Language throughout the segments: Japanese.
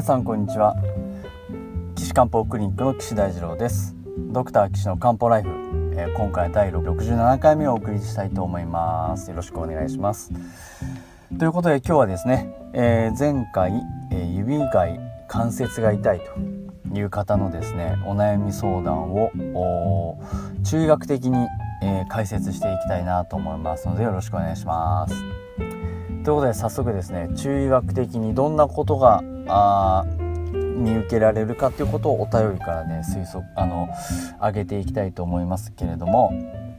皆さんこんにちは。岸漢方クリニックの岸大二郎です。ドクター岸の漢方ライフ、今回第67回目をお送りしたいと思います。よろしくお願いします。ということで今日はですね、前回、指が関節が痛いという方のですねお悩み相談を中医学的に、解説していきたいなと思いますのでよろしくお願いします。ということで早速ですね、中医学的にどんなことが見受けられるかということをお便りからね挙げていきたいと思いますけれども、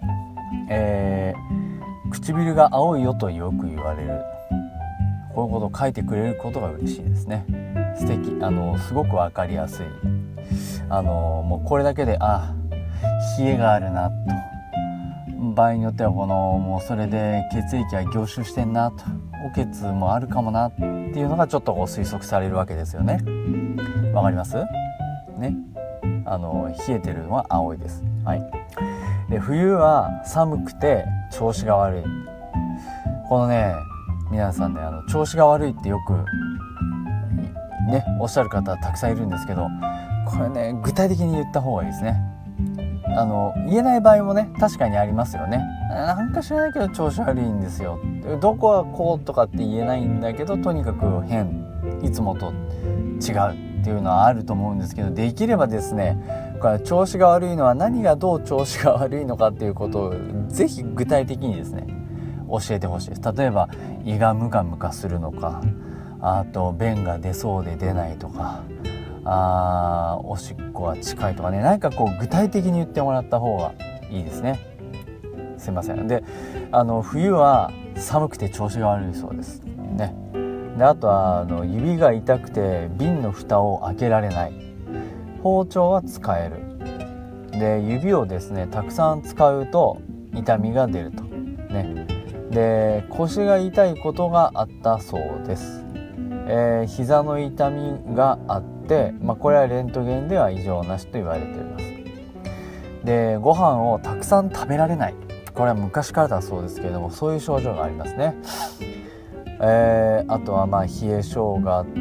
唇が青いよとよく言われる、こういうことを書いてくれることが嬉しいですね。素敵、すごくわかりやすい、もうこれだけで冷えがあるなと、場合によってはもうそれで血液が凝集してんなと、お血もあるかもなっていうのがちょっと推測されるわけですよね。わかりますね。冷えてるのは青いです。はい。で、冬は寒くて調子が悪い。このね、皆さんね、調子が悪いってよくねおっしゃる方たくさんいるんですけど、これね具体的に言った方がいいですね。言えない場合もね確かにありますよね。なんか知らないけど調子悪いんですよ、どこはこうとかって言えないんだけど、とにかく変、いつもと違うっていうのはあると思うんですけど、できればですね、これ調子が悪いのは何がどう調子が悪いのかっていうことをぜひ具体的にですね教えてほしいです。例えば胃がムカムカするのか、あと便が出そうで出ないとか、おしっこは近いとかね、何か具体的に言ってもらった方がいいですね。すいません。で、冬は寒くて調子が悪いそうですね。で、あとは指が痛くて瓶の蓋を開けられない、包丁は使える。で、指をですねたくさん使うと痛みが出るとね。で、腰が痛いことがあったそうです。膝の痛みがあって、これはレントゲンでは異常なしと言われています。で、ご飯をたくさん食べられない、これは昔からだそうですけれども、そういう症状がありますね。あとは冷え性があって、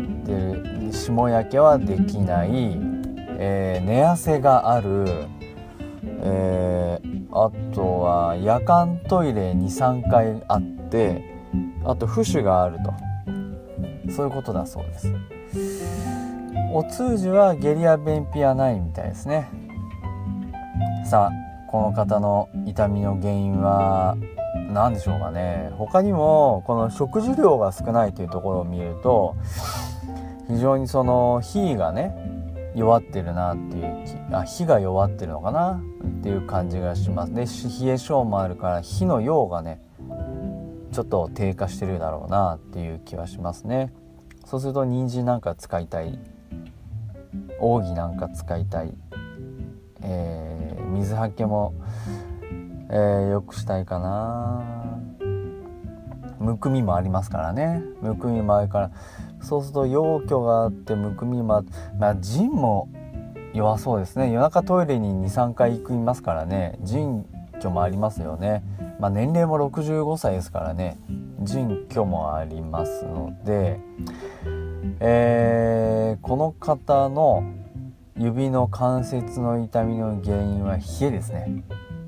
霜焼けはできない、寝汗がある、あとは夜間トイレ 2,3 回あって、あと浮腫があると、そういうことだそうです。お通じは下痢や便秘はないみたいですね。さあ、この方の痛みの原因は何でしょうかね。他にもこの食事量が少ないというところを見ると、非常に火がね弱ってるなっていう、火が弱ってるのかなっていう感じがします。で、冷え性もあるから火の量がねちょっと低下してるだろうなっていう気はしますね。そうすると人参なんか使いたい、奥義なんか使いたい、水はけも、よくしたいかな。むくみもありますからね。むくみもあるから、そうすると陽虚があってむくみもあって、腎も弱そうですね。夜中トイレに 2,3 回行きますからね、腎虚もありますよね。年齢も65歳ですからね、腎虚もありますので、この方の指の関節の痛みの原因は冷えですね。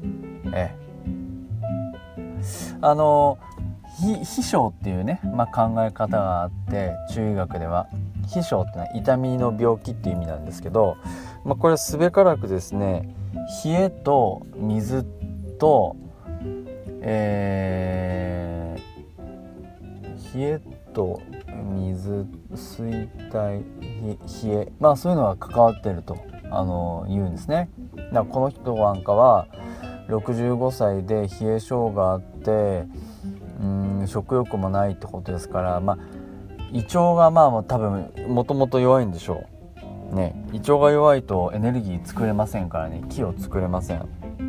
冷症っていうね、考え方があって、中医学では冷症っていうのは痛みの病気っていう意味なんですけど、これすべからくですね、冷えと水と、冷えと水、衰退、冷え、そういうのが関わっていると言うんですね。だからこの人なんかは65歳で冷え性があって、食欲もないってことですから、胃腸が多分もともと弱いんでしょうね。胃腸が弱いとエネルギー作れませんからね、気を作れません。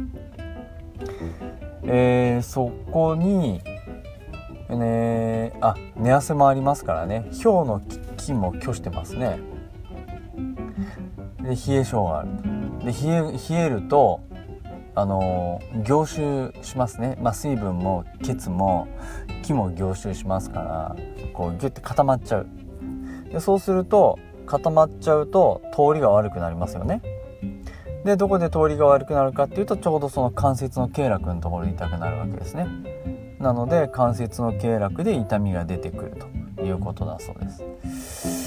そこに寝汗もありますからね。表の気も拒してますね。で、冷え性がある。で、冷えると凝集しますね。水分も血も気も凝集しますから、ギュッて固まっちゃう。で、そうすると固まっちゃうと通りが悪くなりますよね。でどこで通りが悪くなるかっていうと、ちょうどその関節の経絡のところで痛くなるわけですね。なので関節の経絡で痛みが出てくるということだそうです。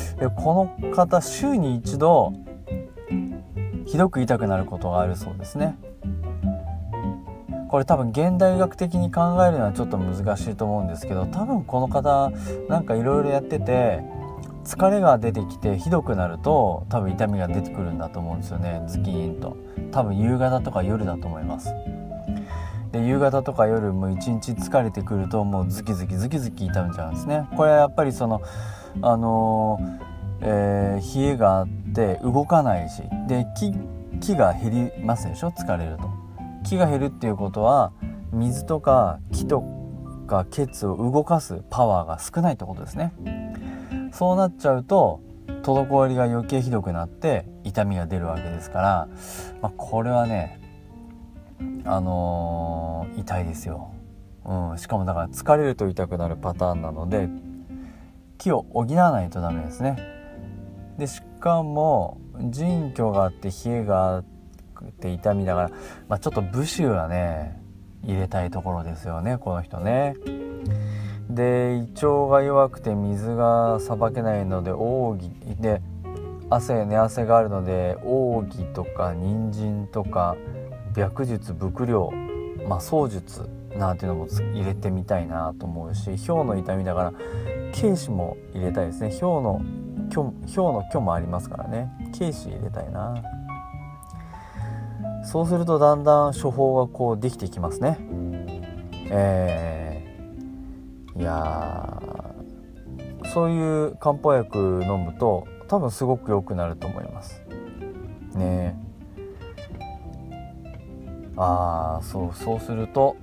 でこの方週に一度ひどく痛くなることがあるそうですね。これ多分現代学的に考えるのはちょっと難しいと思うんですけど、多分この方なんかいろいろやってて疲れが出てきてひどくなると多分痛みが出てくるんだと思うんですよね。ズキーンと。多分夕方とか夜だと思います。で夕方とか夜もう一日疲れてくるともうズキズキ痛んじゃうんですね。これはやっぱりその冷えがあって動かないし、で気が減りますでしょ、疲れると。気が減るっていうことは水とか気とか血を動かすパワーが少ないってことですね。そうなっちゃうと滞りが余計ひどくなって痛みが出るわけですから、これはね痛いですよ。しかもだから疲れると痛くなるパターンなので気を補わないとダメですね。でしかも腎虚があって冷えがあって痛みだから、ちょっと武州はね入れたいところですよね、この人ね。で胃腸が弱くて水がさばけないので奥義で汗があるので奥義とか人参とか白術伏量、槍術なんていうのも入れてみたいなと思うし、表の痛みだから軽視も入れたいですね。表の虚もありますからね、軽視入れたいな。そうするとだんだん処方がこうできてきますね。いやそういう漢方薬飲むと多分すごく良くなると思いますね。そうすると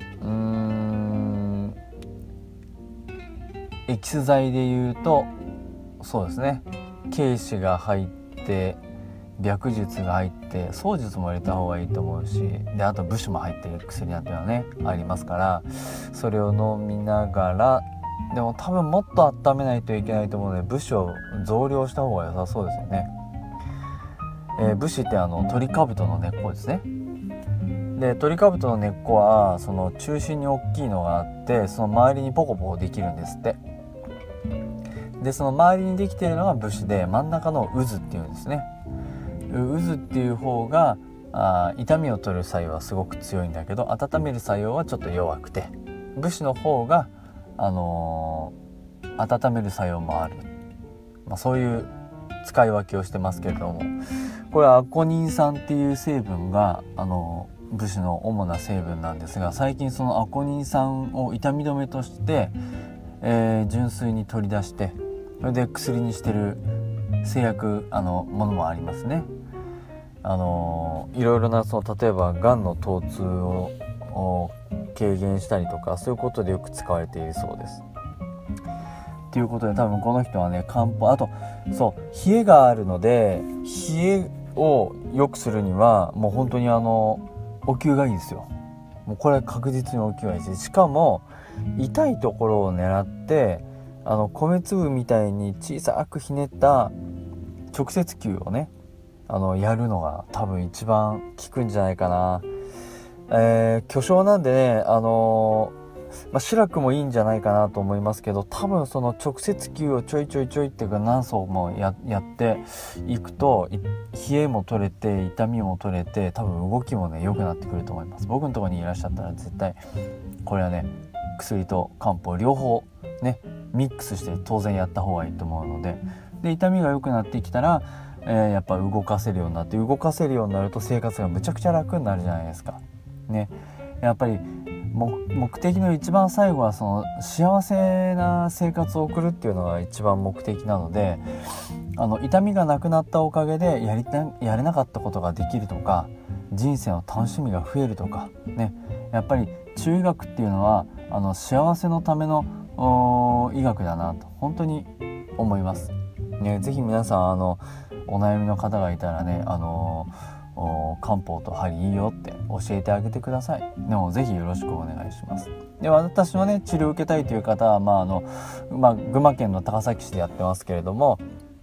エキス剤でいうとそうですね、軽視が入って白術が入って槍術も入れた方がいいと思うし、であと武士も入ってる薬なんていうのはねありますから、それを飲みながら、でも多分もっと温めないといけないと思うので武士を増量した方が良さそうですよね。武士ってトリカブトの根っこですね。でトリカブトの根っこはその中心に大きいのがあって、その周りにポコポコできるんですって。でその周りにできているのが武士で、真ん中の渦っていうんですね。渦っていう方が痛みを取る作用はすごく強いんだけど、温める作用はちょっと弱くて、武士の方が、温める作用もある、そういう使い分けをしてますけれども、これはアコニン酸っていう成分が武士の主な成分なんですが、最近そのアコニン酸を痛み止めとして、純粋に取り出してそれで薬にしてる製薬ものもありますね。いろいろな例えばがんの疼痛を軽減したりとか、そういうことでよく使われているそうです。ということで多分この人はね漢方、あと冷えがあるので冷えを良くするにはもう本当にお灸がいいですよ。もうこれは確実にお灸がいいです。しかも痛いところを狙って米粒みたいに小さくひねった直接灸をねやるのが多分一番効くんじゃないかな。巨匠なんでね志らくもいいんじゃないかなと思いますけど、多分その直接灸をちょいっていうか何層もやっていくと冷えも取れて痛みも取れて、多分動きもね良くなってくると思います。僕のところにいらっしゃったら絶対これはね薬と漢方両方ねミックスして当然やった方がいいと思うので、痛みが良くなってきたらやっぱ動かせるようになって、動かせるようになると生活がむちゃくちゃ楽になるじゃないですかね。やっぱり目的の一番最後はその幸せな生活を送るっていうのが一番目的なので、痛みがなくなったおかげでやれなかったことができるとか、人生の楽しみが増えるとかね、やっぱり中医学っていうのは幸せのための医学だなと本当に思いますね。ぜひ皆さんお悩みの方がいたらね漢方と針いいよって教えてあげてください。でもぜひよろしくお願いします。で私のね治療を受けたいという方は群馬県の高崎市でやってますけれども、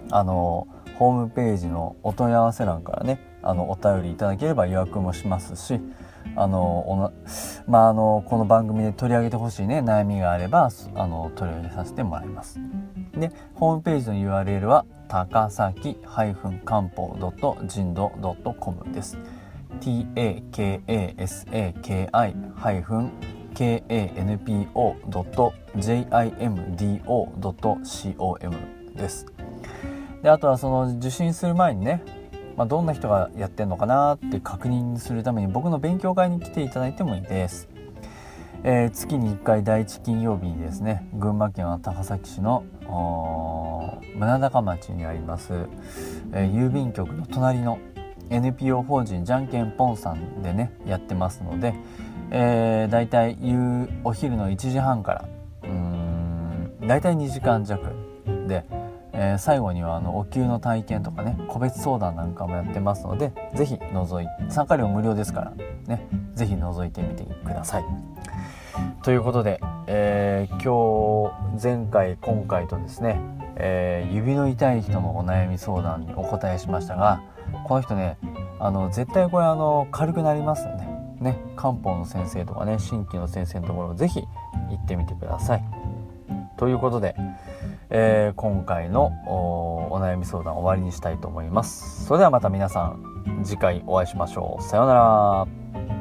ホームページのお問い合わせ欄からねお便りいただければ予約もしますし、この番組で取り上げてほしいね悩みがあれば取り上げさせてもらいます。でホームページの URL は高崎漢方.jindo.com です。 takasaki-kanpo.jimdo.com です。であとはその受診する前にね、どんな人がやってんのかなって確認するために僕の勉強会に来ていただいてもいいです。月に1回第1金曜日にですね、群馬県は高崎市の宗高町にあります、郵便局の隣の NPO 法人じゃんけんぽんさんでねやってますので、だいたいお昼の1時半からだいたい2時間弱で、最後にはお給の体験とかね個別相談なんかもやってますので、ぜひ参加料無料ですからね、ぜひ覗いてみてください。ということで、今回とですね、指の痛い人のお悩み相談にお答えしましたが、この人ね絶対これ軽くなりますんでね、漢方の先生とかね鍼灸の先生のところぜひ行ってみてください。ということで、今回のお悩み相談終わりにしたいと思います。それではまた皆さん次回お会いしましょう。さようなら。